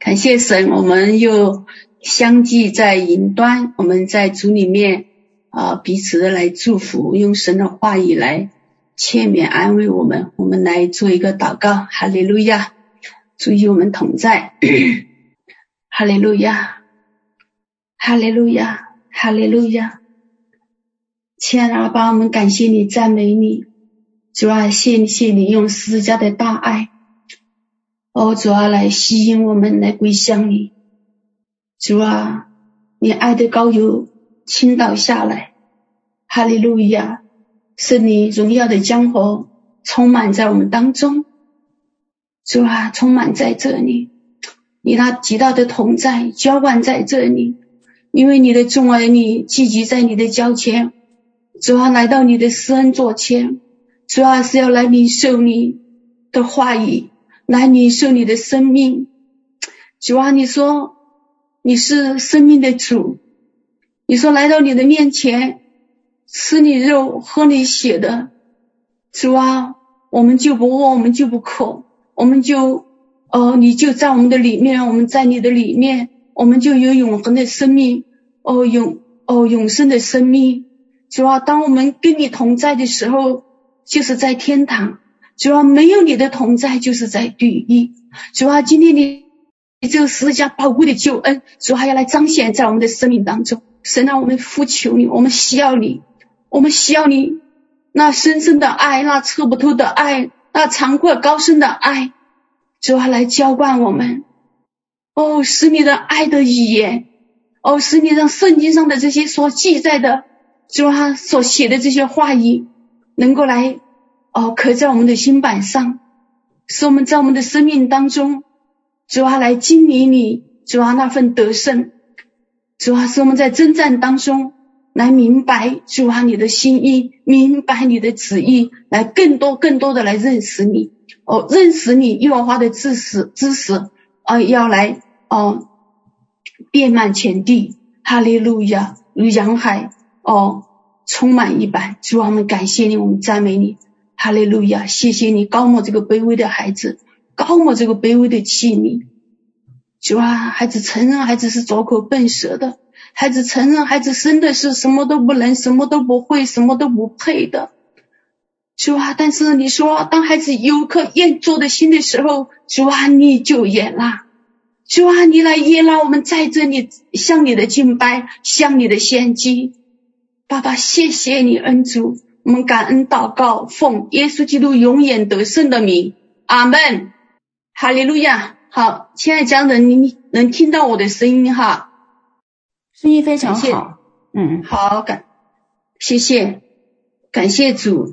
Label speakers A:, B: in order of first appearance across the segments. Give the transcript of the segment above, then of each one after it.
A: 感谢神，我们又相聚在云端，我们在主里面彼此的来祝福，用神的话语来劝勉安慰我们。我们来做一个祷告。哈利路亚，主与我们同在。哈利路亚，哈利路亚，哈利路亚。亲爱的阿爸，我们感谢你，赞美你。主啊，谢谢你用十字架的大爱，主啊，来吸引我们来归向你。主啊，你爱的膏油倾倒下来。哈利路亚，是你荣耀的江河充满在我们当中。主啊，充满在这里，你那极大的同在浇灌在这里，因为你的众儿女聚集在你的脚前。主啊，来到你的施恩座前，主啊，是要来领受你的话语，来领受你的生命。主啊，你说你是生命的主，你说来到你的面前吃你肉喝你血的，主啊，我们就不饿，我们就不渴，我们就你就在我们的里面，我们在你的里面，我们就有永恒的生命，永生的生命。主啊，当我们跟你同在的时候，就是在天堂。主啊，没有你的同在，就是在地狱。主啊，今天你这个十字架宝贵的救恩，主啊，要来彰显在我们的生命当中。神啊，我们呼求你，我们需要你，我们需要你那深深的爱，那测不透的爱，那长阔高深的爱。主啊，来浇灌我们。使你的爱的语言，使你让圣经上的这些所记载的，主啊，所写的这些话语能够来刻在我们的心板上，使我们在我们的生命当中，主啊，来经历你，主啊，那份得胜。主啊，使我们在征战当中来明白主啊你的心意，明白你的旨意，来更多的来认识你。认识你耶和华的知识要来遍满全地。哈利路亚，如洋海充满一般。主啊，我们感谢你，我们赞美你。哈利路亚，谢谢你高摩这个卑微的孩子，高摩这个卑微的器皿。主啊，孩子承认孩子是拙口笨舌的，孩子承认孩子生的是什么都不能，什么都不会，什么都不配的。主啊，但是你说当孩子有颗愿做的心的时候，主啊，你就悦纳。主啊，你来悦纳我们在这里向你的敬拜，向你的献祭。爸爸，谢谢你恩主，我们感恩祷告，奉耶稣基督永远得胜的名，阿们。哈利路亚。好，亲爱的家人，你能听到我的声音哈？
B: 声音非常好。
A: 好，谢谢，感谢主。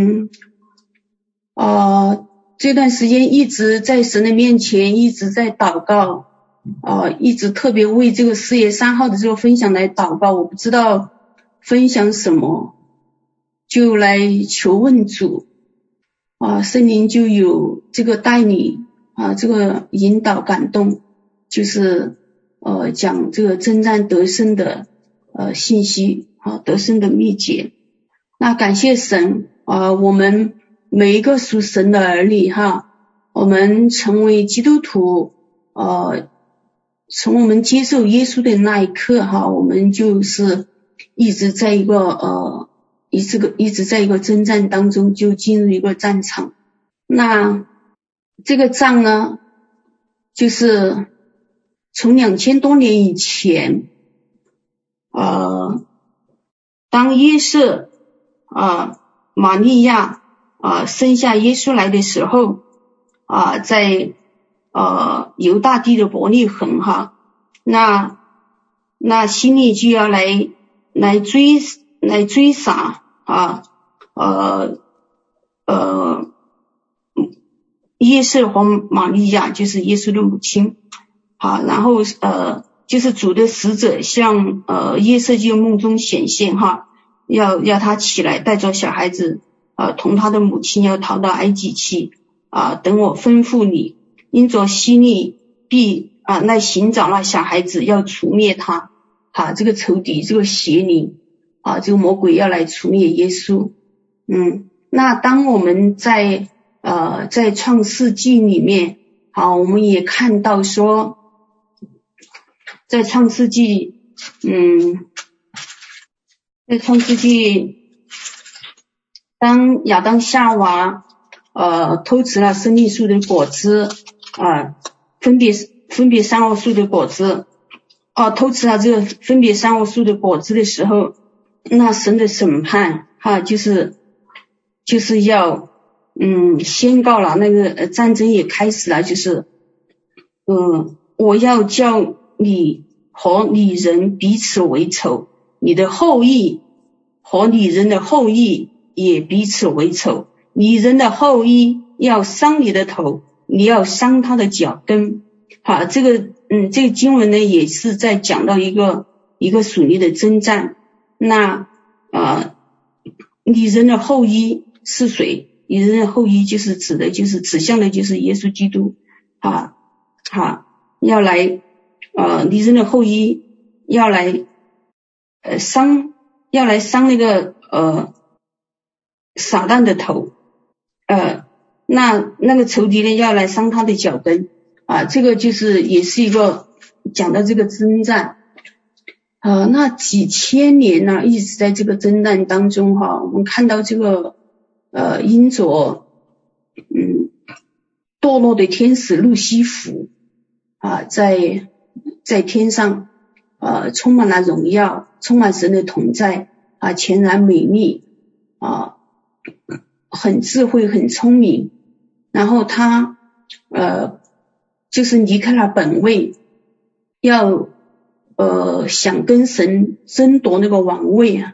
A: 这段时间一直在神的面前，一直在祷告，一直特别为这个4月3号的这个分享来祷告。我不知道分享什么，就来求问主，圣灵就有这个带领这个引导感动，就是讲这个征战得胜的信息，得胜的秘诀。那感谢神，我们每一个属神的儿女我们成为基督徒，从我们接受耶稣的那一刻我们就是一直在一个一直在一个征战当中，就进入一个战场。那这个仗呢，就是从2000多年以前，当约瑟玛利亚生下耶稣来的时候，在犹大地的伯利恒那希律就要来追杀约瑟和玛利亚，就是耶稣的母亲。然后就是主的使者向约瑟就梦中显现要他起来，带着小孩子同他的母亲要逃到埃及去等我吩咐你，因着希律必来寻找那小孩子，要除灭他这个仇敌，这个邪灵这个魔鬼要来除灭耶稣。那当我们在创世纪里面我们也看到说在创世纪当亚当夏娃偷吃了生命树的果子分别善恶树的果子偷吃了这个分别善恶树的果子的时候，那神的审判就是要宣告了，那个战争也开始了，就是我要叫你和你人彼此为仇，你的后裔和你人的后裔也彼此为仇，你人的后裔要伤你的头，你要伤他的脚跟。好，这个经文呢也是在讲到一个属灵的征战。那你人的后裔是谁？你人的后裔就是指向的就是耶稣基督要来你人的后裔要来伤那个撒旦的头，那个仇敌呢要来伤他的脚跟这个就是也是一个讲到这个征战那几千年呢一直在这个征战当中我们看到这个因着堕落的天使路西弗在天上充满了荣耀，充满神的同在全然美丽很智慧很聪明，然后他就是离开了本位，要想跟神争夺那个王位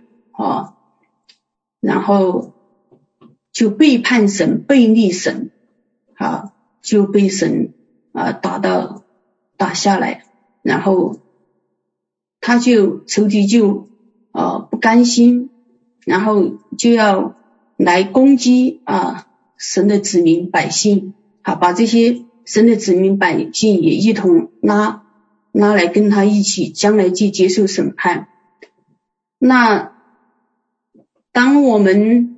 A: 然后就背叛神背逆神就被神打下来，然后仇敌就不甘心，然后就要来攻击神的子民百姓把这些神的子民百姓也一同拉来跟他一起将来去接受审判。那当我们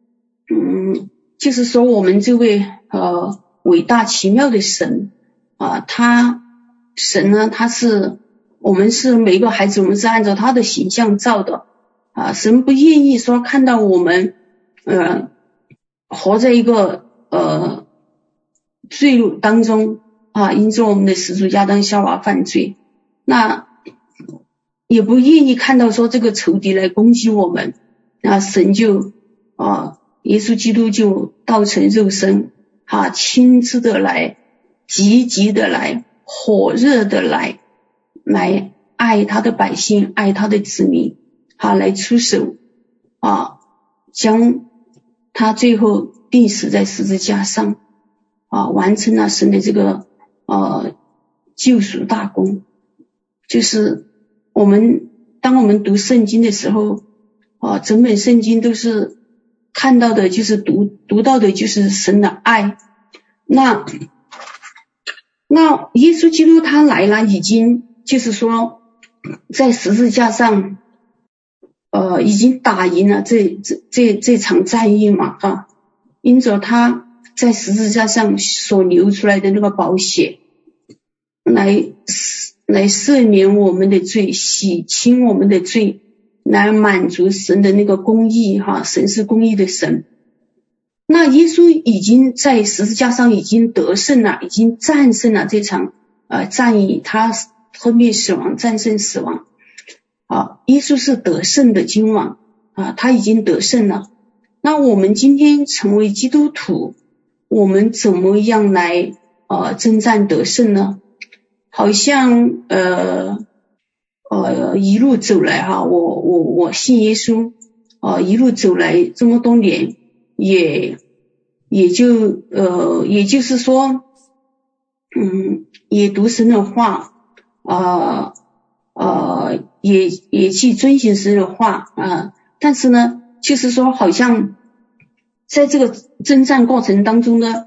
A: 就是说我们这位伟大奇妙的神神呢我们是每个孩子，我们是按照他的形象造的神不愿意说看到我们活在一个罪恶当中因着我们的始祖亚当夏娃犯罪，那也不愿意看到说这个仇敌来攻击我们，那神就耶稣基督就道成肉身亲自的来积极的来火热的来爱他的百姓爱他的子民来出手将他最后钉死在十字架上完成了神的这个救赎大功。就是当我们读圣经的时候整本圣经都是看到的就是读到的就是神的爱。那耶稣基督他来了，已经就是说在十字架上已经打赢了这场战役嘛因着他在十字架上所流出来的那个宝血来赦免我们的罪，洗清我们的罪，来满足神的那个公义神是公义的神。那耶稣已经在十字架上已经得胜了，已经战胜了这场战役，他吞灭死亡战胜死亡耶稣是得胜的君王他已经得胜了。那我们今天成为基督徒，我们怎么样来征战得胜呢？好像一路走来我信耶稣一路走来这么多年，也就是说也读神的话也去遵循神的话但是呢就是说好像在这个征战过程当中呢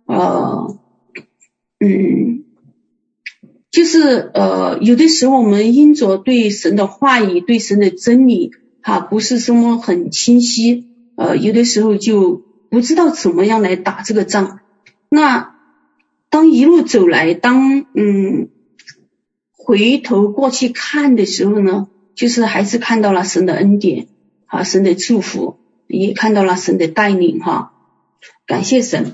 A: 就是有的时候我们因着对神的话语对神的真理不是什么很清晰有的时候就不知道怎么样来打这个仗。那当一路走来，当回头过去看的时候呢，就是还是看到了神的恩典啊，神的祝福，也看到了神的带领哈，感谢神。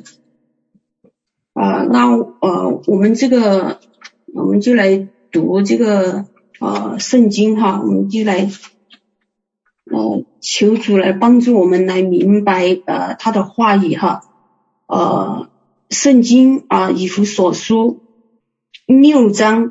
A: 我们就来读这个圣经哈，我们就来求主来帮助我们来明白他的话语哈。圣经以弗所书6章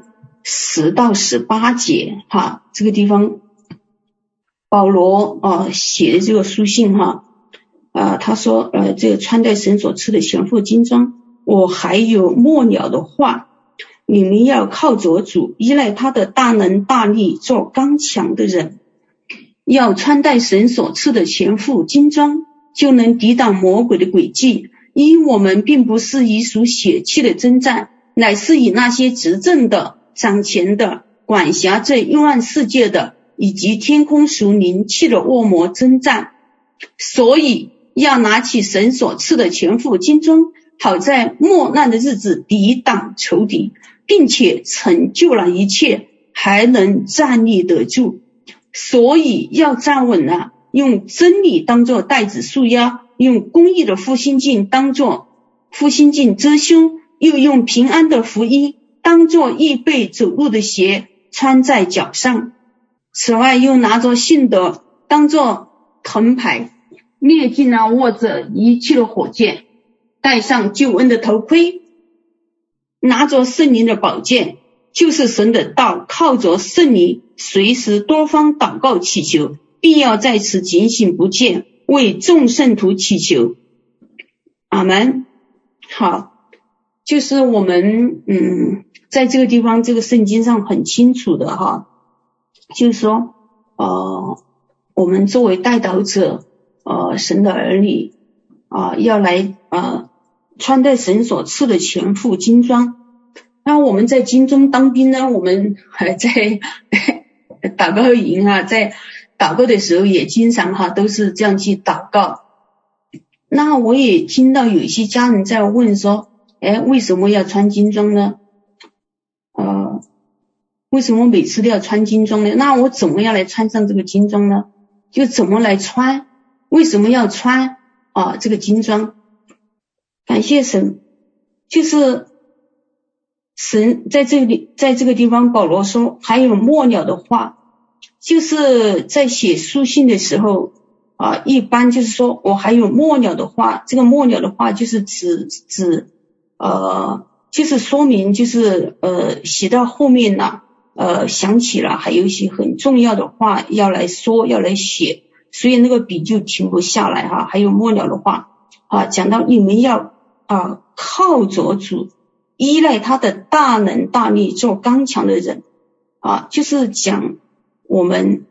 A: 10到18节哈，这个地方保罗写的这个书信哈，他说这个穿戴神所赐的全副军装，我还有末了的话，你们要靠着主，依赖他的大能大力，做刚强的人，要穿戴神所赐的全副军装，就能抵挡魔鬼的诡计。因我们并不是以属血气的征战，乃是以那些执政的、掌权的、管辖这幽暗世界的，以及天空属灵气的恶魔征战。所以要拿起神所赐的全副军装，好在末难的日子抵挡仇敌，并且成就了一切，还能站立得住。所以要站稳了，用真理当作带子束腰，用公义的复兴镜当作复兴镜遮胸，又用平安的福音当作预备走路的鞋穿在脚上。此外又拿着信德当作藤牌，灭尽了握着一切的火箭，戴上救恩的头盔，拿着圣灵的宝剑，就是神的道，靠着圣灵随时多方祷告祈求，必要在此警醒不懈，为众圣徒祈求。阿们。好，就是我们在这个地方这个圣经上很清楚的哈，就是说我们作为代祷者神的儿女要来穿戴神所赐的全副军装。那我们在军中当兵呢，我们还在祷告营在祷告的时候也经常都是这样去祷告。那我也听到有一些家人在问说，为什么要穿军装呢？为什么每次都要穿军装呢？那我怎么样来穿上这个军装呢？就怎么来穿？为什么要穿这个军装？感谢神，就是神在这个地方保罗说还有末了的话，就是在写书信的时候一般就是说我还有末了的话，这个末了的话就是指就是说明就是写到后面了想起了还有一些很重要的话要来说要来写，所以那个笔就停不下来还有末了的话讲到你们要靠着主，依赖他的大能大力，做刚强的人就是讲我们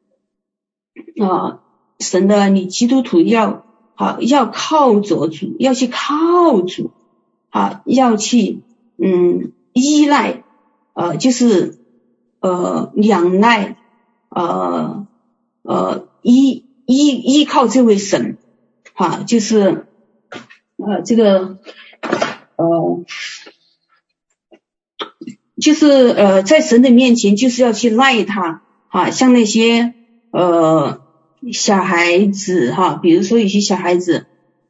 A: 神的你基督徒要靠着主，要去靠主要去依赖就是仰赖依靠这位神就是这个就是在神的面前就是要去赖他像那些小孩子比如说有些小孩子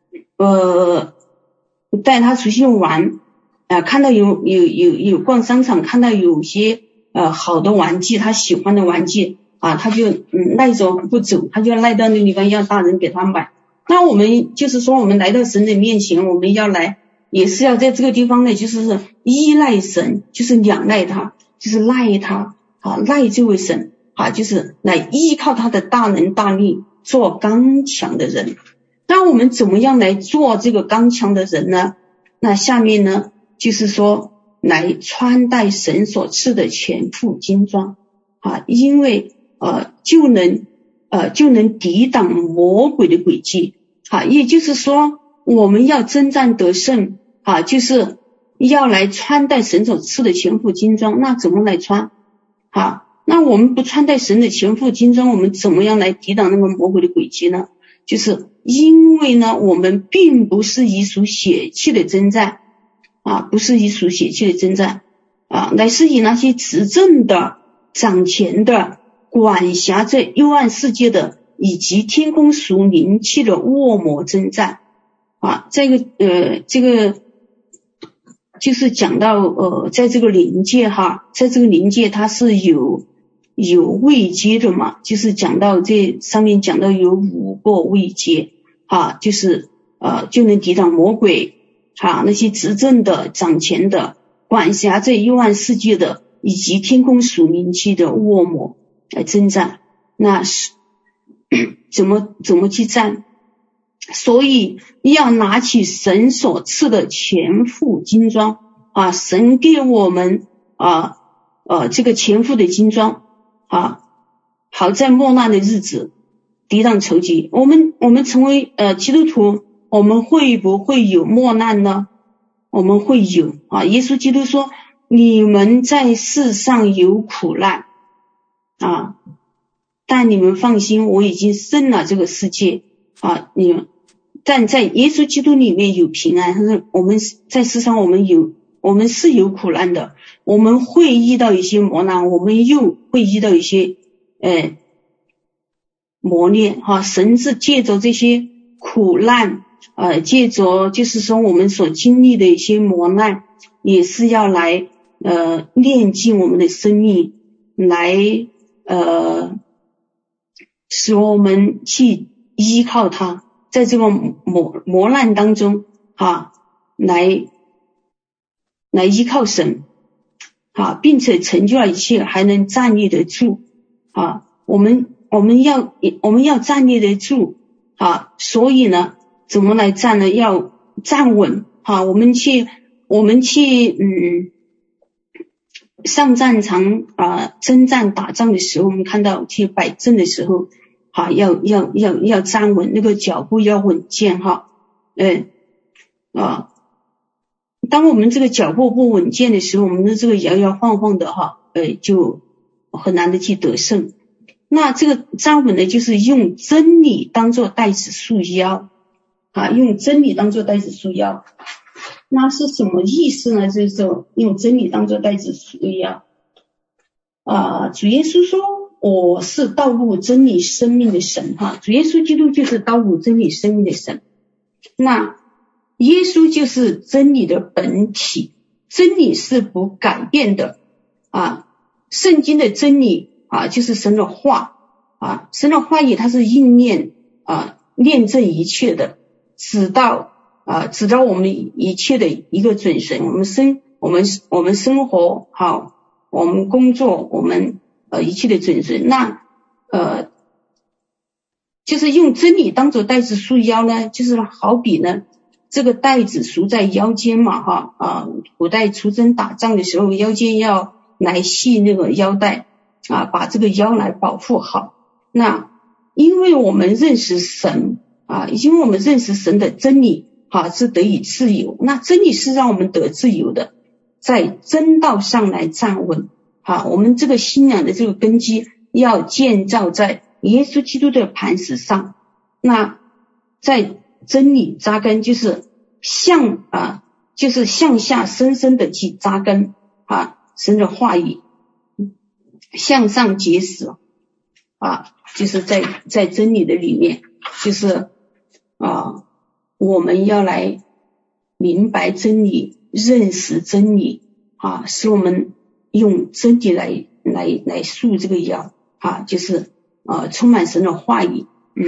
A: 带他出去玩看到有逛商场看到有些好的玩具，他喜欢的玩具他就赖着不走，他就赖到那地方要大人给他买。那我们就是说我们来到神的面前，我们要来也是要在这个地方呢就是依赖神，就是仰赖他，就是赖他赖这位神就是来依靠他的大能大力，做刚强的人。那我们怎么样来做这个刚强的人呢？那下面呢就是说来穿戴神所赐的全副军装因为就能抵挡魔鬼的诡计也就是说我们要征战得胜就是要来穿戴神所赐的全副军装。那怎么来穿那我们不穿戴神的全副军装，我们怎么样来抵挡那个魔鬼的诡计呢？就是因为呢我们并不是以属血气的征战不是以属血气的征战乃是以那些执政的、掌权的、管辖着幽暗世界的，以及天空属灵气的恶魔征战。这个就是讲到在这个灵界在这个灵界它是有位阶的嘛，就是讲到这上面讲到有5个位阶就是就能抵挡魔鬼那些执政的、掌权的、管辖着幽暗世界的，以及天空属灵气的恶魔来征战。那怎么去战？所以要拿起神所赐的全副军装神给我们这个全副的军装好在末难的日子抵挡仇敌。我们成为基督徒，我们会不会有末难呢？我们会有耶稣基督说，你们在世上有苦难但你们放心，我已经胜了这个世界但在耶稣基督里面有平安。他说我们在世上我们是有苦难的，我们会遇到一些磨难，我们又会遇到一些磨练神是借着这些苦难借着就是说我们所经历的一些磨难，也是要来炼净我们的生命，来使我们去依靠他，在这个磨难当中来依靠神并且成就了一切，还能站立得住我们要站立得住所以呢怎么来站呢？要站稳我们去上战场征战打仗的时候，我们看到去摆阵的时候要站稳，那个脚步要稳健当我们这个脚步不稳健的时候，我们的这个摇摇晃晃的就很难的去得胜。那这个站稳呢，就是用真理当作带子束腰用真理当作带子束腰。那是什么意思呢？就是说用真理当作带子束腰主耶稣说我是道路真理生命的神主耶稣基督就是道路真理生命的神。那耶稣就是真理的本体，真理是不改变的圣经的真理就是神的话神的话语它是应验验证一切的，直到我们一切的一个准绳。我们生活我们工作，我们一切的准绳。那就是用真理当作带子束腰呢，就是好比呢这个带子束在腰间嘛古代出征打仗的时候，腰间要来系那个腰带把这个腰来保护好。那因为我们认识神因为我们认识神的真理是得以自由，那真理是让我们得自由的，在真道上来站稳我们这个信仰的这个根基要建造在耶稣基督的磐石上。那在真理扎根，就是向下深深的去扎根神的话语向上结实就是在真理的里面，就是我们要来明白真理，认识真理使我们用真理来束这个腰就是充满神的话语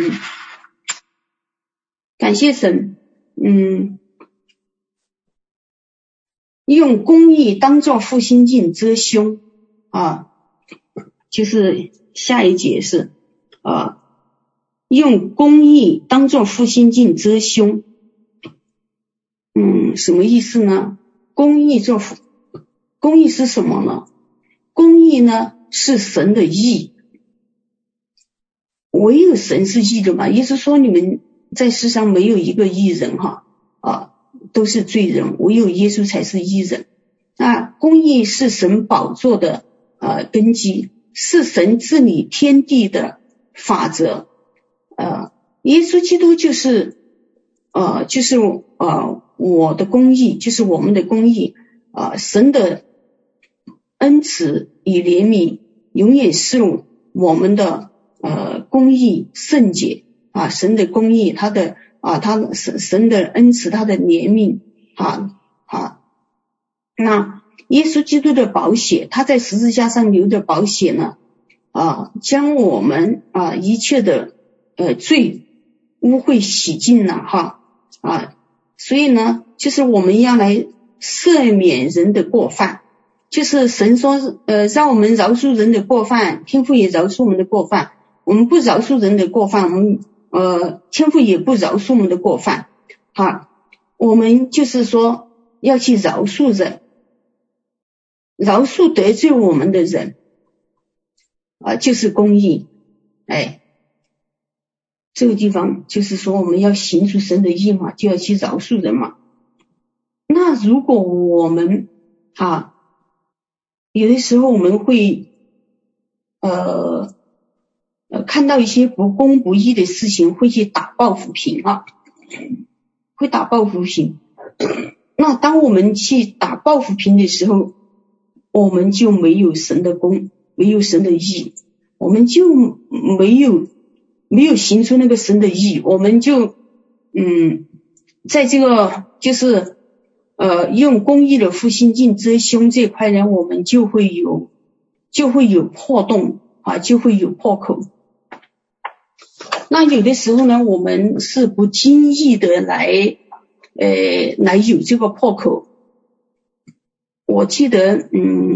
A: 感谢神用公义当作护心镜遮胸就是下一节是用公义当作护心镜遮胸什么意思呢？公义是什么呢？公义呢是神的义，唯有神是义的嘛。耶稣说你们在世上没有一个义人都是罪人，唯有耶稣才是义人。那公义是神宝座的根基，是神治理天地的法则耶稣基督就是我的公义，就是我们的公义神的恩慈与怜悯永远是我们的公义圣洁啊，神的公义，他的神的恩慈，他的怜悯那耶稣基督的宝血，他在十字架上流的宝血呢将我们一切的罪污秽洗净了所以呢就是我们要来赦免人的过犯，就是神说让我们饶恕人的过犯，天父也饶恕我们的过犯，我们不饶恕人的过犯，我们天父也不饶恕我们的过犯我们就是说要去饶恕人，饶恕得罪我们的人就是公义。这个地方就是说我们要行出神的义嘛，就要去饶恕人嘛。那如果我们有的时候我们会看到一些不公不义的事情，会去打抱不平会打抱不平。那当我们去打抱不平的时候，我们就没有神的公，没有神的义，我们就没有行出那个神的义，我们就在这个就是用公义的复兴镜遮胸这块呢，我们就会有破洞就会有破口。那有的时候呢，我们是不经意的来有这个破口。我记得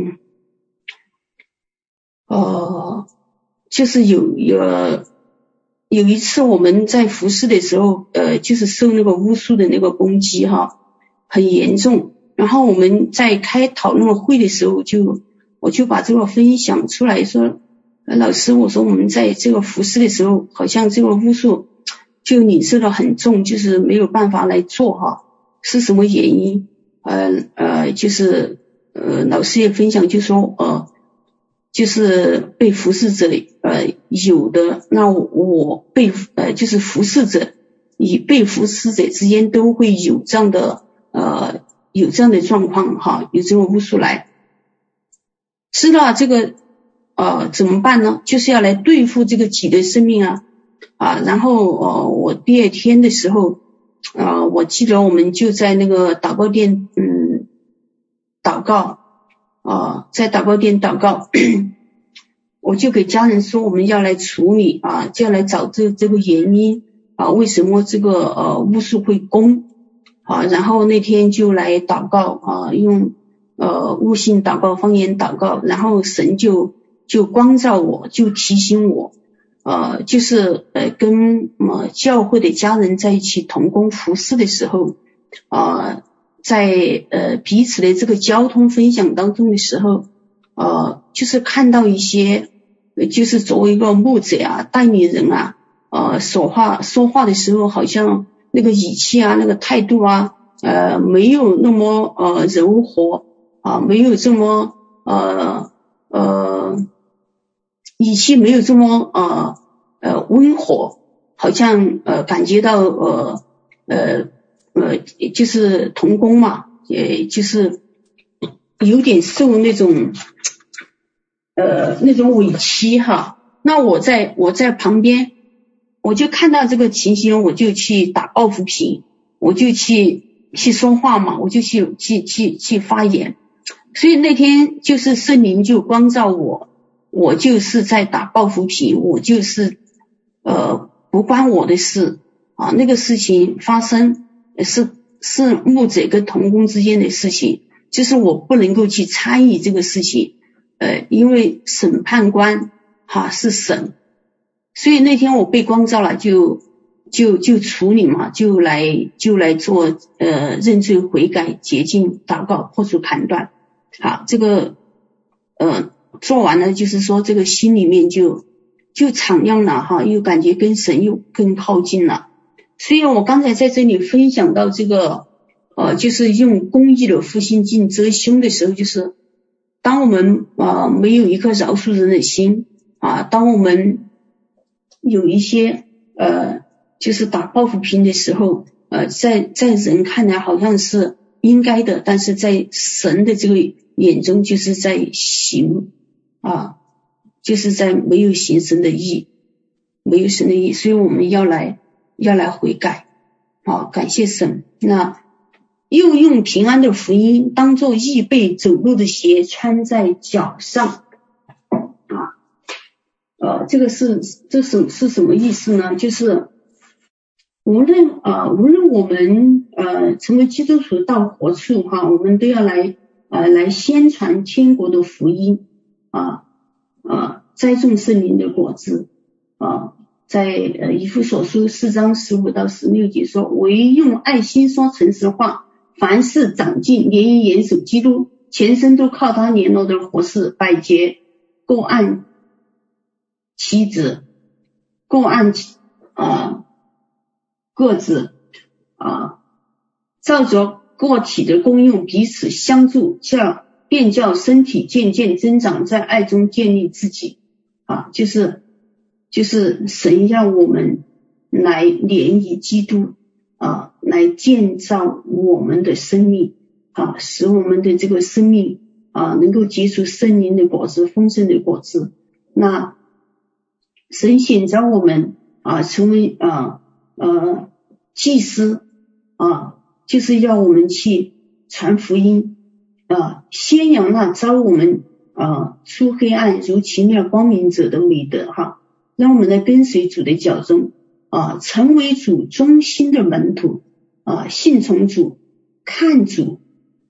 A: 就是有一次我们在服侍的时候就是受那个巫术的那个攻击很严重，然后我们在开讨论会的时候我就把这个分享出来说，老师，我说我们在这个服侍的时候好像这个巫术就领受得很重，就是没有办法来做是什么原因就是老师也分享就说就是被服侍者有的，那我被就是服侍者与被服侍者之间都会有这样的状况有这个巫术来。知道这个怎么办呢？就是要来对付这个己的生命然后我第二天的时候我记得我们就在那个祷告殿祷告在祷告殿祷告我就给家人说我们要来处理就要来找这个原因为什么这个巫术会攻然后那天就来祷告用悟性祷告方言祷告，然后神就光照我，就提醒我就是跟教会的家人在一起同工服侍的时候在彼此的这个交通分享当中的时候就是看到一些就是作为一个牧者带领人说话的时候好像那个语气那个态度没有那么柔和没有这么语气没有这么温和，好像感觉到就是同工嘛，就是有点受那种委屈那我在旁边，我就看到这个情形，我就去打抱不平，我就去说话嘛，我就去发言。所以那天就是圣灵就光照我就是在打抱不平，我就是不关我的事那个事情发生是牧者跟同工之间的事情，就是我不能够去参与这个事情因为审判官是神，所以那天我被光照了就处理嘛，就来做认罪悔改洁净祷告破除砍断这个做完了，就是说这个心里面就敞亮了又感觉跟神又更靠近了。所以我刚才在这里分享到这个就是用公义的复兴镜遮胸的时候，就是当我们没有一颗饶恕人的心当我们有一些就是打抱不平的时候在人看来好像是应该的，但是在神的这个眼中就是在行就是在没有行神的义，没有神的义，所以我们要来悔改。感谢神。那又用平安的福音当作预备走路的鞋穿在脚上这是什么意思呢？就是无论我们成为基督徒到何处我们都要来宣传天国的福音栽种圣灵的果子在以弗所书4章15到16节说，唯用爱心说诚实话，凡事长进，连于严守基督，全身都靠他联络的活事，百节各按其职，各按各自照着个体的功用彼此相助，便叫身体渐渐增长，在爱中建立自己就是神让我们来联于基督来建造我们的生命使我们的这个生命能够结出圣灵的果子，丰盛的果子。那神选召我们成为祭司就是要我们去传福音宣扬那召我们出黑暗如奇妙光明者的美德让我们来跟随主的脚踪成为主忠心的门徒信从主，看主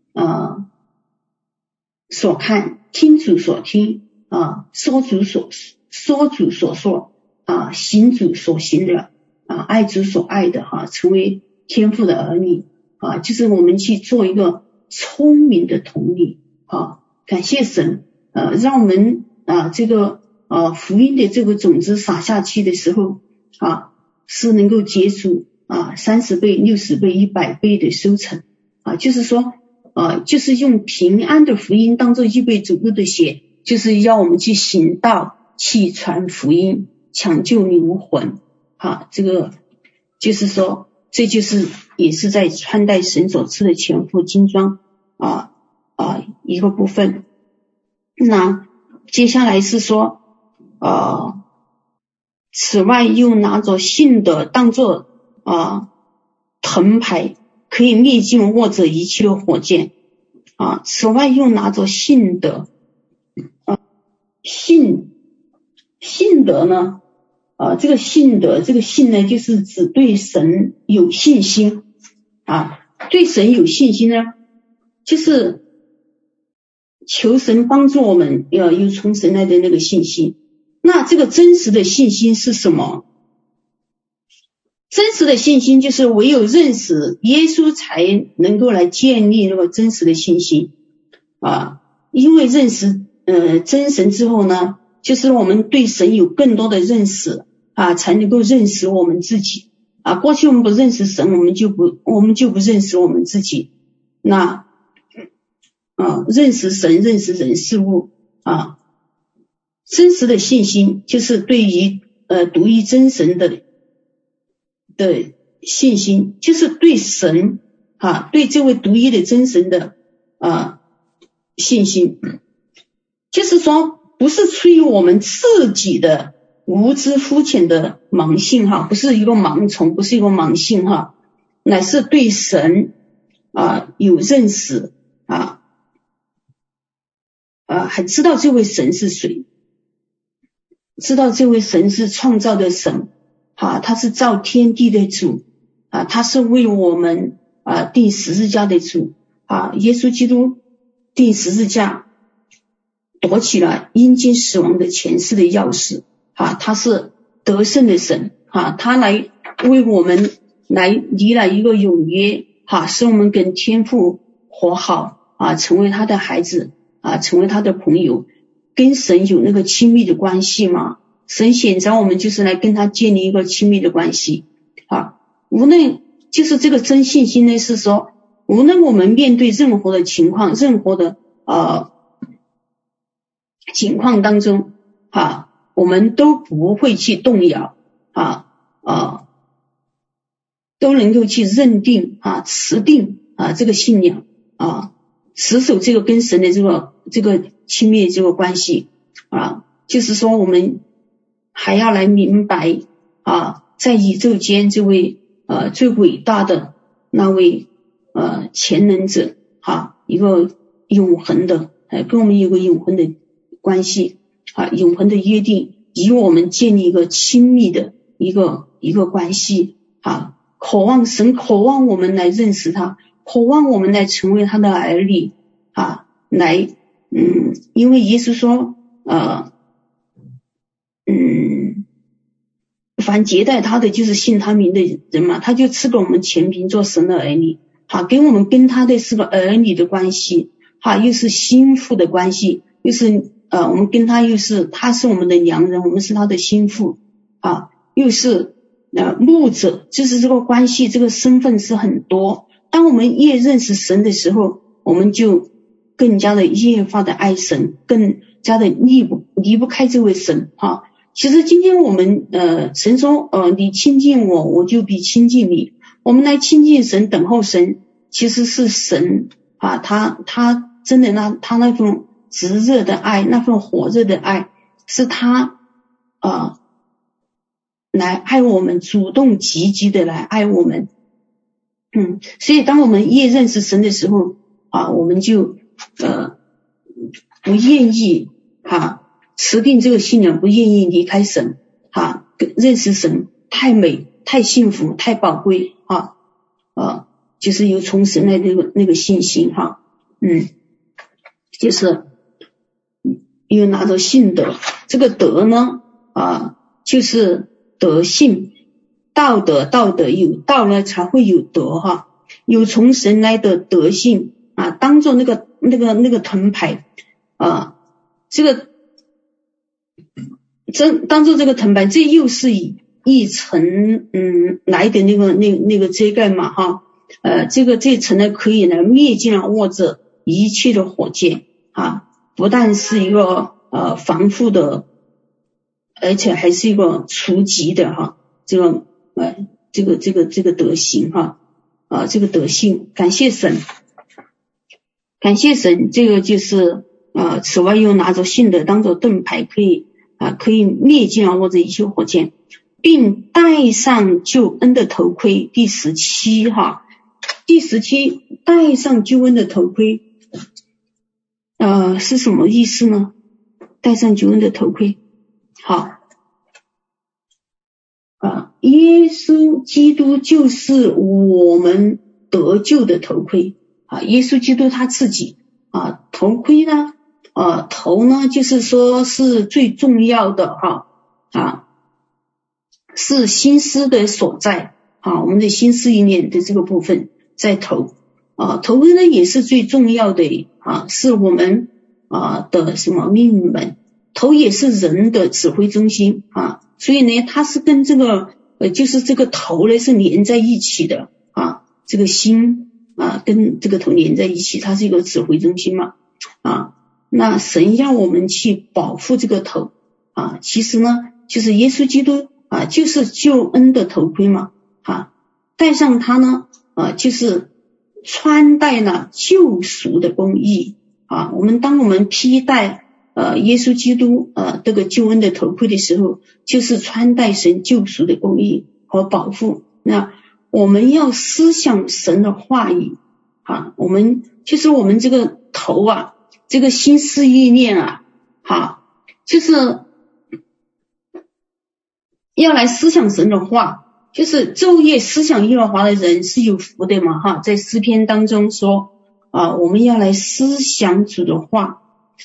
A: 所看，听主所听说主所说行主所行的爱主所爱的成为天父的儿女就是我们去做一个聪明的童女感谢神让我们这个福音的这个种子撒下去的时候是能够结出30倍、60倍、100倍的收成就是说就是用平安的福音当作预备走路的鞋，就是要我们去行道，去传福音，抢救灵魂这个就是说这就是也是在穿戴神所赐的全副精装一个部分。那接下来是说此外又拿着信德当作藤牌，可以灭尽握着一切的火箭此外又拿着信德信德呢这个信德这个信呢就是指对神有信心对神有信心呢就是求神帮助我们要有从神来的那个信心。那这个真实的信心是什么？真实的信心就是唯有认识耶稣才能够来建立那个真实的信心因为认识真神之后呢，就是我们对神有更多的认识才能够认识我们自己过去我们不认识神，我们就不认识我们自己。那认识神，认识人事物真实的信心就是对于独一真神的信心，就是对神对这位独一的真神的信心，就是说不是出于我们自己的无知肤浅的盲信不是一个盲从，不是一个盲信乃是对神有认识还知道这位神是谁，知道这位神是创造的神他是造天地的主他是为我们钉十字架的主耶稣基督钉十字架夺取了阴间死亡的权势的钥匙他是得胜的神他来为我们来立了一个永约使我们跟天父和好成为他的孩子成为他的朋友，跟神有那个亲密的关系嘛。神选择我们就是来跟他建立一个亲密的关系无论就是这个真信心呢是说无论我们面对任何的情况，任何的情况当中我们都不会去动摇都能够去认定持定这个信仰持守这个跟神的这个亲密的这个关系啊，就是说我们还要来明白啊，在宇宙间这位最伟大的那位全能者一个永恒的跟我们有个永恒的关系永恒的约定，与我们建立一个亲密的一个关系神渴望我们来认识他，渴望我们来成为他的儿女因为耶稣说凡接待他的就是信他名的人嘛，他就赐给我们权柄做神的儿女给我们跟他的是个儿女的关系又是心腹的关系，又是我们跟他他是我们的良人，我们是他的心腹又是牧者，就是这个关系这个身份是很多。当我们越认识神的时候，我们就更加的越发的爱神，更加的离不开这位神其实今天我们神说你亲近我，我就必亲近你。我们来亲近神，等候神，其实是神他真的他那份炙热的爱，那份火热的爱，是他来爱我们，主动积极的来爱我们所以当我们越认识神的时候我们就不愿意持定这个信仰，不愿意离开神认识神太美太幸福太宝贵就是有从神来的那个信心就是又拿着信德，这个德呢就是德性，道德有道呢才会有德有从神来的德性当做那个藤牌当做这个藤牌，这又是一层来的那个遮盖嘛这层呢可以来灭尽了握着一切的火箭不但是一个防护的，而且还是一个除疾的这个德行这个德性。感谢神，这个就是此外又拿着信德当作盾牌，可以灭尽了握着一切火箭，并戴上救恩的头盔。第17戴上救恩的头盔是什么意思呢？戴上救恩的头盔耶稣基督就是我们得救的头盔耶稣基督他自己头盔呢头呢就是说是最重要的是心思的所在我们的心思意念的这个部分在头头盔呢也是最重要的是我们的什么命运门，头也是人的指挥中心所以呢它是跟这个就是这个头呢是连在一起的这个心跟这个头连在一起，它是一个指挥中心嘛那神要我们去保护这个头其实呢就是耶稣基督就是救恩的头盔嘛戴上它呢就是穿戴了救赎的公义当我们披戴耶稣基督这个救恩的头盔的时候，就是穿戴神救赎的公义和保护。那我们要思想神的话语我们这个头这个心思意念就是要来思想神的话，就是昼夜思想耶和华的人是有福的嘛在诗篇当中说我们要来思想主的话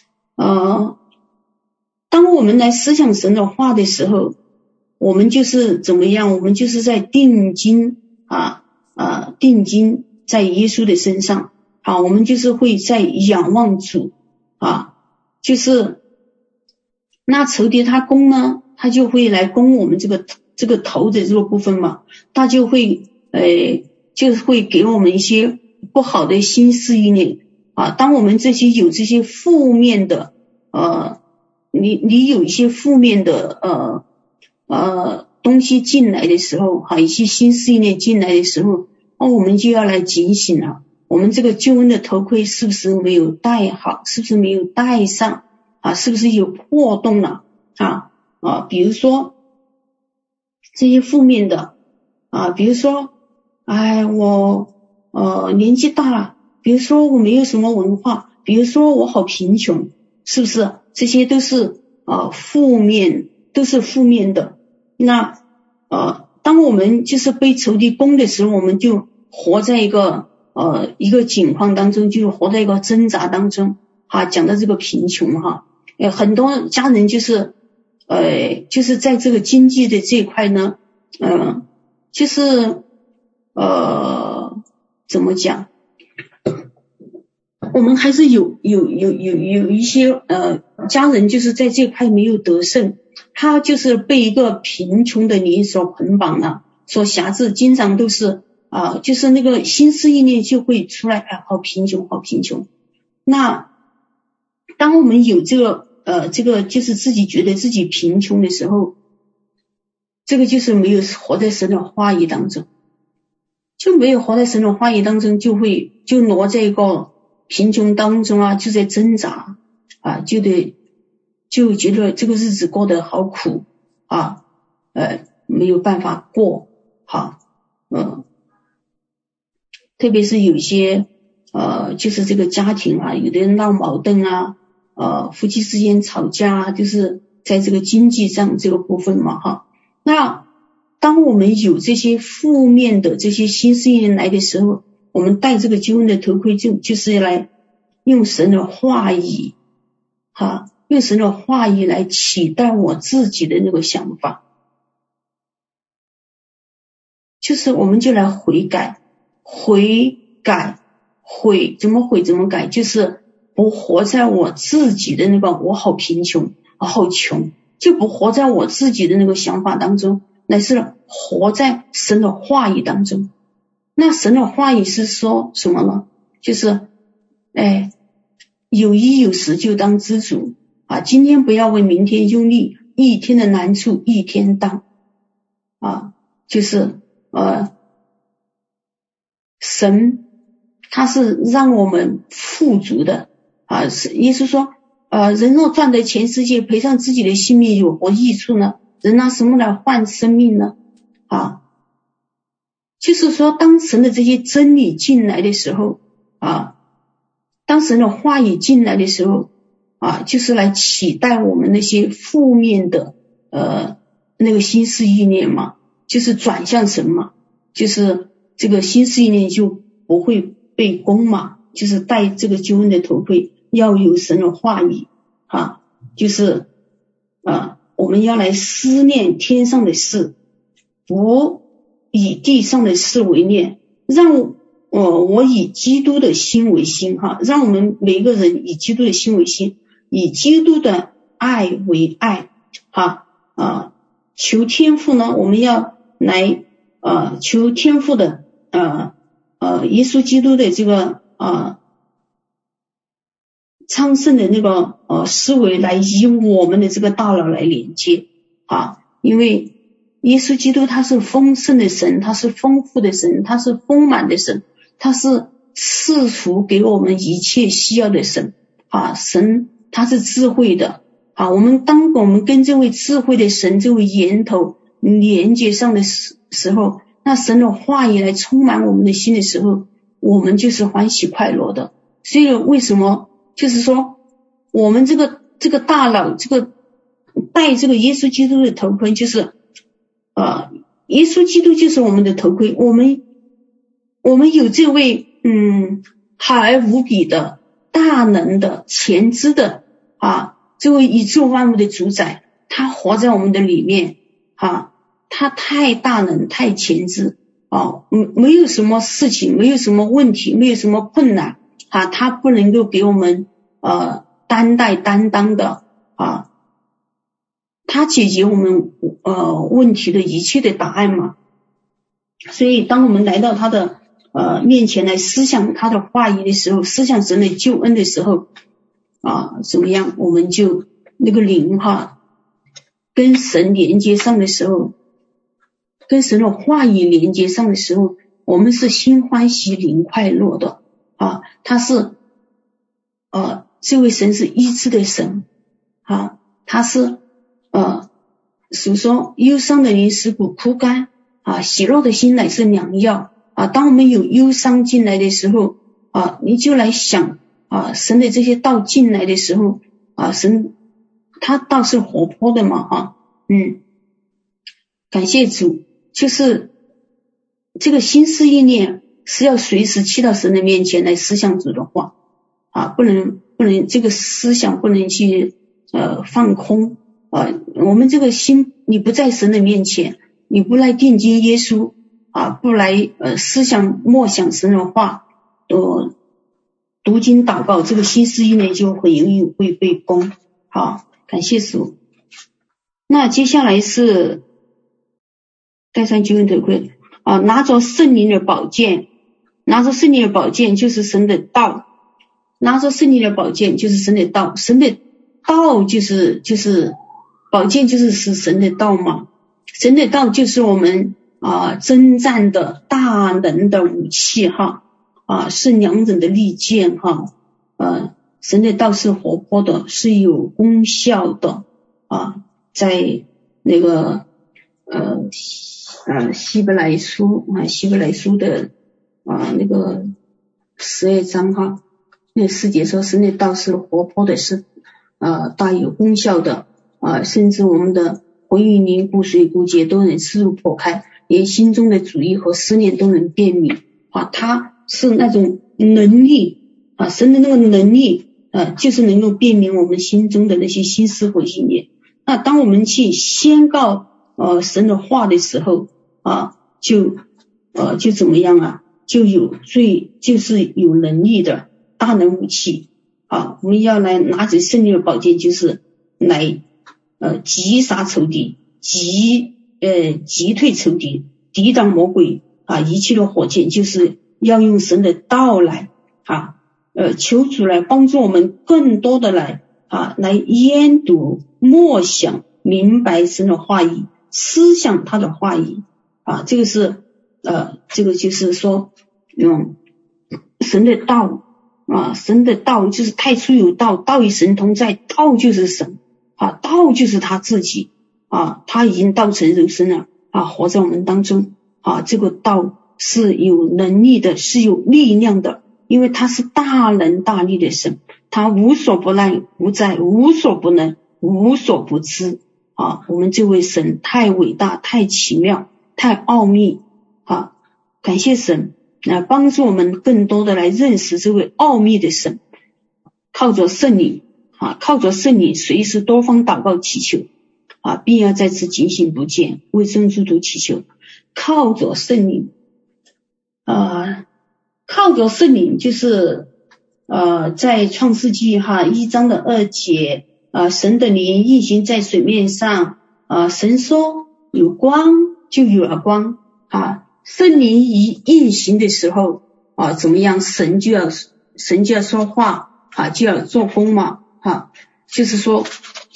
A: 当我们来思想神的话的时候，我们就是怎么样？我们就是在定睛定睛在耶稣的身上我们就是会在仰望主就是那仇敌他攻呢，他就会来攻我们这个头的这个部分嘛，他就会给我们一些不好的心思意念当我们有这些负面的你有一些负面的东西进来的时候一些心思意念进来的时候我们就要来警醒了， 我们这个救恩的头盔是不是没有戴好，是不是没有戴上啊，是不是有破洞了比如说这些负面的比如说我年纪大了，比如说我没有什么文化，比如说我好贫穷，是不是这些都是负面，都是负面的。那当我们就是被仇敌攻的时候，我们就活在一个境况当中，就活在一个挣扎当中讲到这个贫穷很多家人就是在这个经济的这一块呢就是怎么讲，我们还是有一些家人就是在这块没有得胜，他就是被一个贫穷的灵所捆绑了，所辖制，经常都是就是那个心思意念就会出来好贫穷好贫穷。那当我们有这个就是自己觉得自己贫穷的时候，这个就是没有活在神的话语当中，就没有活在神的话语当中，就挪在一个贫穷当中就在挣扎就觉得这个日子过得好苦没有办法过特别是有些就是这个家庭有的人闹矛盾夫妻之间吵架就是在这个经济上这个部分嘛那当我们有这些负面的这些心思意念来的时候，我们戴这个救恩的头盔就是来用神的话语用神的话语来取代我自己的那个想法，就是我们就来悔改，怎么改，就是不活在我自己的那个我好贫穷我好穷，就不活在我自己的那个想法当中，乃是活在神的话语当中。那神的话语是说什么呢？就是有衣有食就当知足今天不要为明天忧虑，一天的难处一天当就是神他是让我们富足的耶稣说人若赚得全世界，赔上自己的性命，有何益处呢？人拿什么来换生命呢就是说当神的这些真理进来的时候当神的话语进来的时候就是来取代我们那些负面的那个心思意念嘛，就是转向神嘛，就是这个心思意念就不会被攻嘛，就是戴这个救恩的头盔，要有神的话语就是我们要来思念天上的事，不以地上的事为念，让我以基督的心为心让我们每一个人以基督的心为心，以基督的爱为爱求天父呢，我们要来求天父的耶稣基督的这个昌盛的那个思维来以我们的这个大脑来连接因为耶稣基督他是丰盛的神，他是丰富的神，他是丰满的神，他是赐福给我们一切需要的神神他是智慧的当我们跟这位智慧的神这位源头连接上的时候，那神的话语来充满我们的心的时候，我们就是欢喜快乐的。所以为什么就是说我们这个大脑这个戴这个耶稣基督的头盔，就是耶稣基督就是我们的头盔，我们有这位好而无比的大能的全知的这位宇宙万物的主宰，他活在我们的里面他太大能太全知没有什么事情，没有什么问题，没有什么困难他不能够给我们担当的他解决我们问题的一切的答案嘛。所以当我们来到他的面前来思想他的话语的时候，思想神的救恩的时候怎么样，我们就那个灵跟神连接上的时候，跟神的话语连接上的时候，我们是心欢喜灵快乐的他是这位神是医治的神他是所说忧伤的灵使骨枯干喜乐的心乃是良药当我们有忧伤进来的时候你就来想神的这些道进来的时候神他道是活泼的嘛感谢主，就是这个心思意念是要随时去到神的面前来思想主的话不能这个思想不能去放空我们这个心你不在神的面前，你不来定睛耶稣不来思想默想神的话读经祷告，这个心思意念就很容易会被崩感谢主。那接下来是戴上救恩头盔拿着圣灵的宝剑，拿着圣灵的宝剑就是神的道，拿着圣灵的宝剑就是神的道，神的道就是宝剑就是神的道嘛，神的道就是我们征战的大能的武器是良人的利剑神的道是活泼的，是有功效的在那个希伯来书的那个12章那4节说神的道是活泼的，是大有功效的甚至我们的魂与灵骨髓骨节都能刺入破开，连心中的主意和思念都能辨明它是那种能力神的那个能力就是能够辨明我们心中的那些心思和意念。那当我们去宣告神的话的时候就怎么样就是有能力的大能武器我们要来拿着圣灵的宝剑，就是来击杀仇敌，击退仇敌，抵挡魔鬼一切的火箭，就是要用神的道来求主来帮助我们更多的来研读默想明白神的话语，思想他的话语这个是这个就是说用神的道神的道就是太初有道，道与神同在，道就是神道就是他自己他已经道成肉身了活在我们当中这个道是有能力的，是有力量的，因为他是大能大力的神，他无所不赖无在，无所不能，无所不知我们这位神太伟大，太奇妙，太奥秘感谢神帮助我们更多的来认识这位奥秘的神，靠着圣灵随时多方祷告祈求并要在此警醒不见，为众基督祈求，靠着圣灵就是在创世纪1章的2节神的灵运行在水面上神说有光就有了光圣灵一运行的时候怎么样，神就要说话就要做工嘛就是说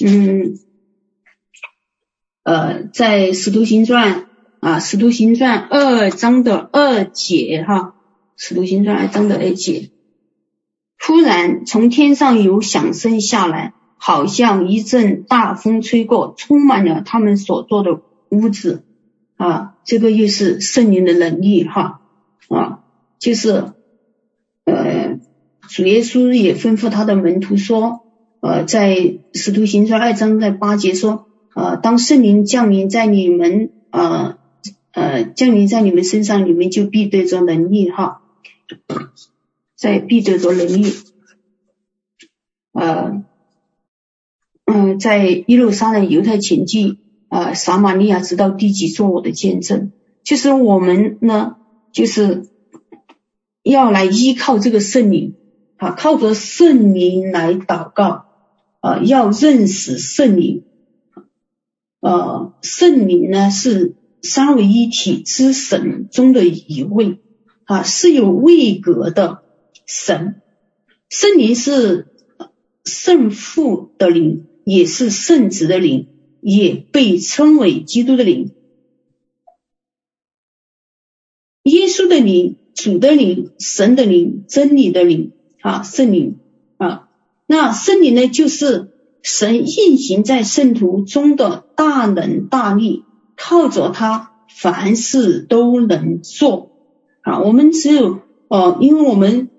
A: 在使徒行传2章的2节使徒行传2章的2节，突然从天上有响声下来，好像一阵大风吹过，充满了他们所做的屋子这个又是圣灵的能力就是主耶稣也吩咐他的门徒说在使徒行传2章在8节说当圣灵降临在你们身上，你们就必得着能力必得着能力在耶路撒冷犹太全地撒玛利亚直到地极做我的见证。就是我们呢就是要来依靠这个圣灵靠着圣灵来祷告要认识圣灵圣灵呢是三位一体之神中的一位是有位格的神，圣灵是圣父的灵，也是圣子的灵，也被称为基督的灵。耶稣的灵主的灵、神的灵、真理的灵啊，圣灵啊。那圣灵呢，就是神运行在圣徒中的大能大力，靠着他凡事都能做啊。我们只有因为我们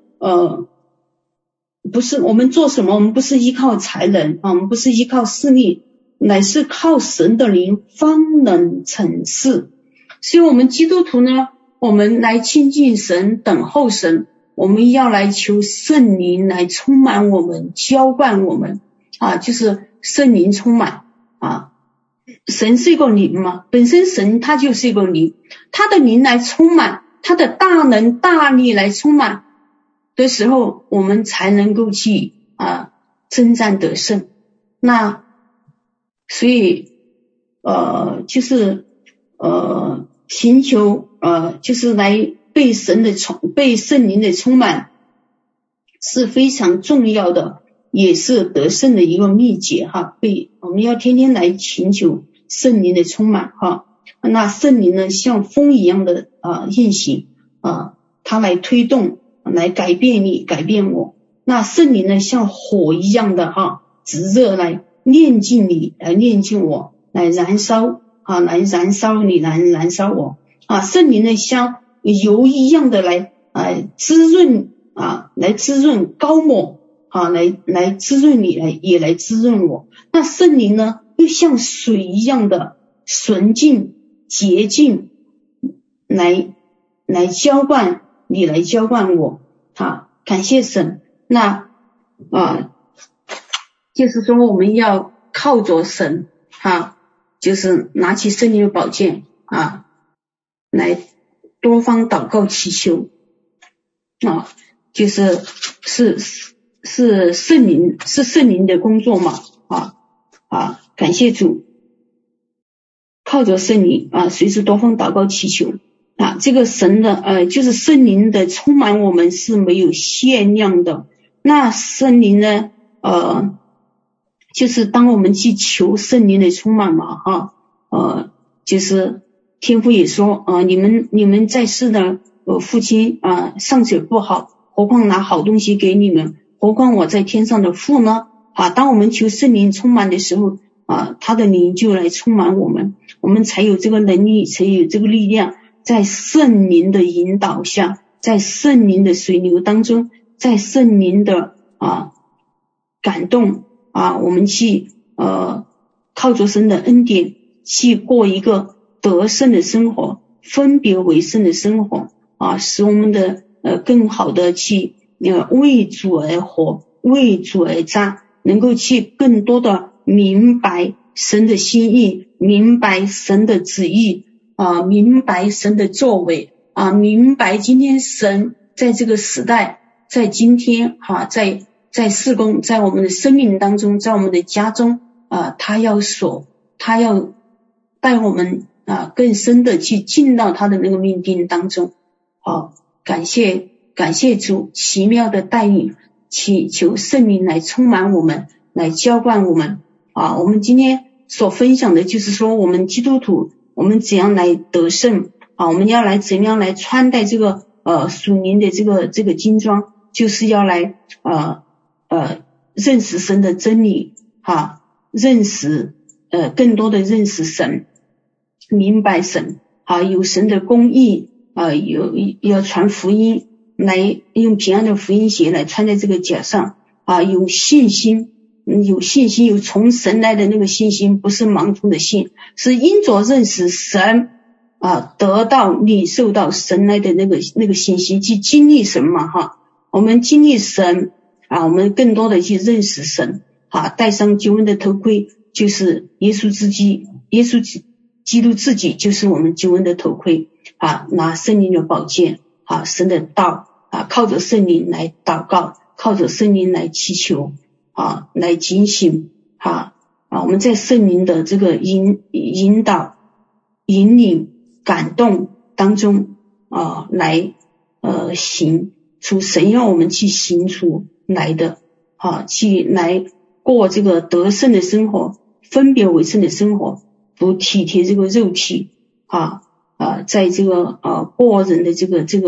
A: 不是我们做什么，我们不是依靠才能啊，我们不是依靠势力，乃是靠神的灵方能成事。所以我们基督徒呢，我们来亲近神，等候神，我们要来求圣灵来充满我们，浇灌我们啊，就是圣灵充满啊。神是一个灵嘛，本身神他就是一个灵，他的灵来充满，他的大能大力来充满的时候，我们才能够去征战得胜。那所以就是寻求就是来被圣灵的充满是非常重要的，也是得胜的一个秘诀哈。我们要天天来寻求圣灵的充满哈。那圣灵呢，像风一样的运行它来推动，来改变你，改变我。那圣灵呢，像火一样的直热来炼净你，来炼净我，来燃烧来燃烧你，来燃烧我圣灵呢，像油一样的来滋润来滋润高抹来滋润你，也来滋润我。那圣灵呢，又像水一样的纯净洁净，来浇灌你，来浇灌我感谢神。那就是说我们要靠着神就是拿起圣灵的宝剑来多方祷告祈求就是圣灵的工作嘛感谢主，靠着圣灵随时多方祷告祈求这个神的就是圣灵的充满我们是没有限量的。那圣灵呢就是当我们去求圣灵的充满嘛就是天父也说你们在世的父亲尚且不好，何况拿好东西给你们，何况我在天上的父呢当我们求圣灵充满的时候他的灵就来充满我们，我们才有这个能力，才有这个力量，在圣灵的引导下，在圣灵的水流当中，在圣灵的感动我们去靠着神的恩典去过一个得胜的生活，分别为圣的生活使我们的更好的去为主而活，为主而战，能够去更多的明白神的心意，明白神的旨意明白神的作为明白今天神在这个时代，在今天在事工，在我们的生命当中，在我们的家中他要带我们更深的去进到他的那个命定当中感谢主奇妙的带领，祈求圣灵来充满我们，来浇灌我们我们今天所分享的就是说，我们基督徒我们怎样来得胜我们要来怎样来穿戴这个属灵的这个金装，就是要来认识神的真理认识更多的认识神，明白神有神的公义要传福音，来用平安的福音鞋来穿在这个甲上有信心，有从神来的那个信心，不是盲从的信，是因着认识神得到领受到神来的那个信息，去经历神嘛我们经历神我们更多的去认识神戴上救恩的头盔，就是耶稣基督自己就是我们救恩的头盔拿圣灵的宝剑神的道靠着圣灵来祷告，靠着圣灵来祈求来警醒我们在圣灵的这个引导引领感动当中来行出神要我们去行出来的去来过这个得胜的生活，分别为圣的生活，不体贴这个肉体在这个过人的这个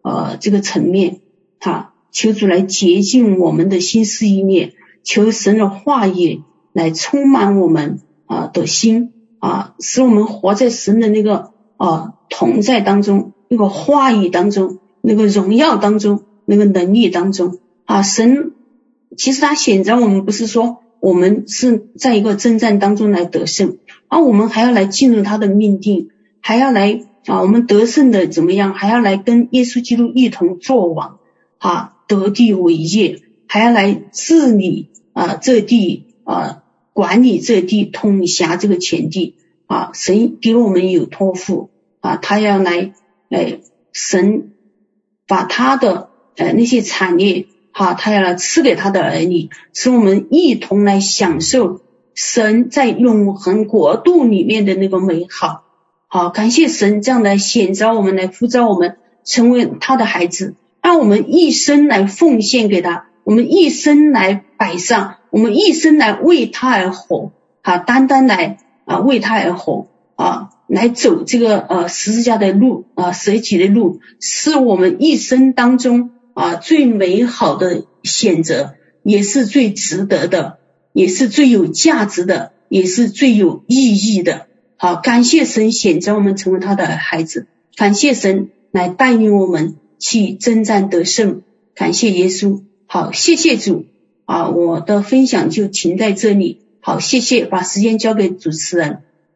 A: 这个层面求主来洁净我们的心思意念，求神的话语来充满我们的心使我们活在神的那个同在当中，那个话语当中，那个荣耀当中，那个能力当中神其实他显着我们不是说我们是在一个征战当中来得胜，我们还要来进入他的命定，还要来我们得胜的怎么样，还要来跟耶稣基督一同作王得地为业，还要来治理这地管理这地，统辖这个全地神给我们有托付他要来神把他的那些产业他要来赐给他的儿女，使我们一同来享受神在永恒国度里面的那个美好感谢神这样来显召我们，来呼召我们成为他的孩子，让我们一生来奉献给他，我们一生来摆上，我们一生来为他而活单单来为他而活来走这个十字架的路舍己的路，是我们一生当中最美好的选择，也是最值得的，也是最有价值的，也是最有意义的感谢神选择我们成为他的孩子，感谢神来带领我们去征战得胜，感谢耶稣谢谢主我的分享就停在这里谢谢，把时间交给主持人。